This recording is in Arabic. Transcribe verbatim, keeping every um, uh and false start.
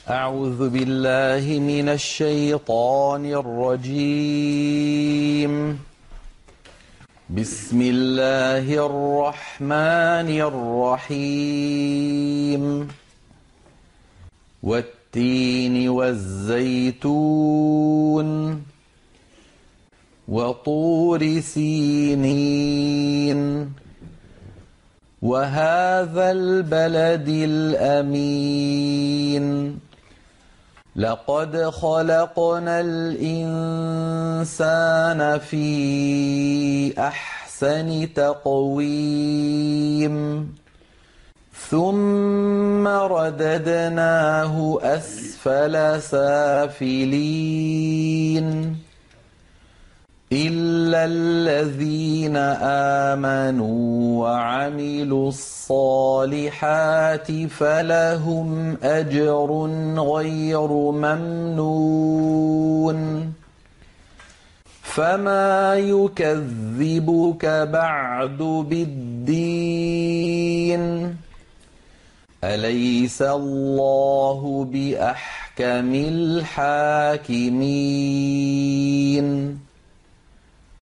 أعوذ بالله من الشيطان الرجيم. بسم الله الرحمن الرحيم. والتين والزيتون وطور سينين وهذا البلد الأمين لقد خلقنا الإنسان في أحسن تقويم ثم رددناه أسفل سافلين إلا الذين آمنوا وعملوا الصالحات فلهم أجر غير ممنون فما يكذبك بعد بالدين أليس الله بأحكم الحاكمين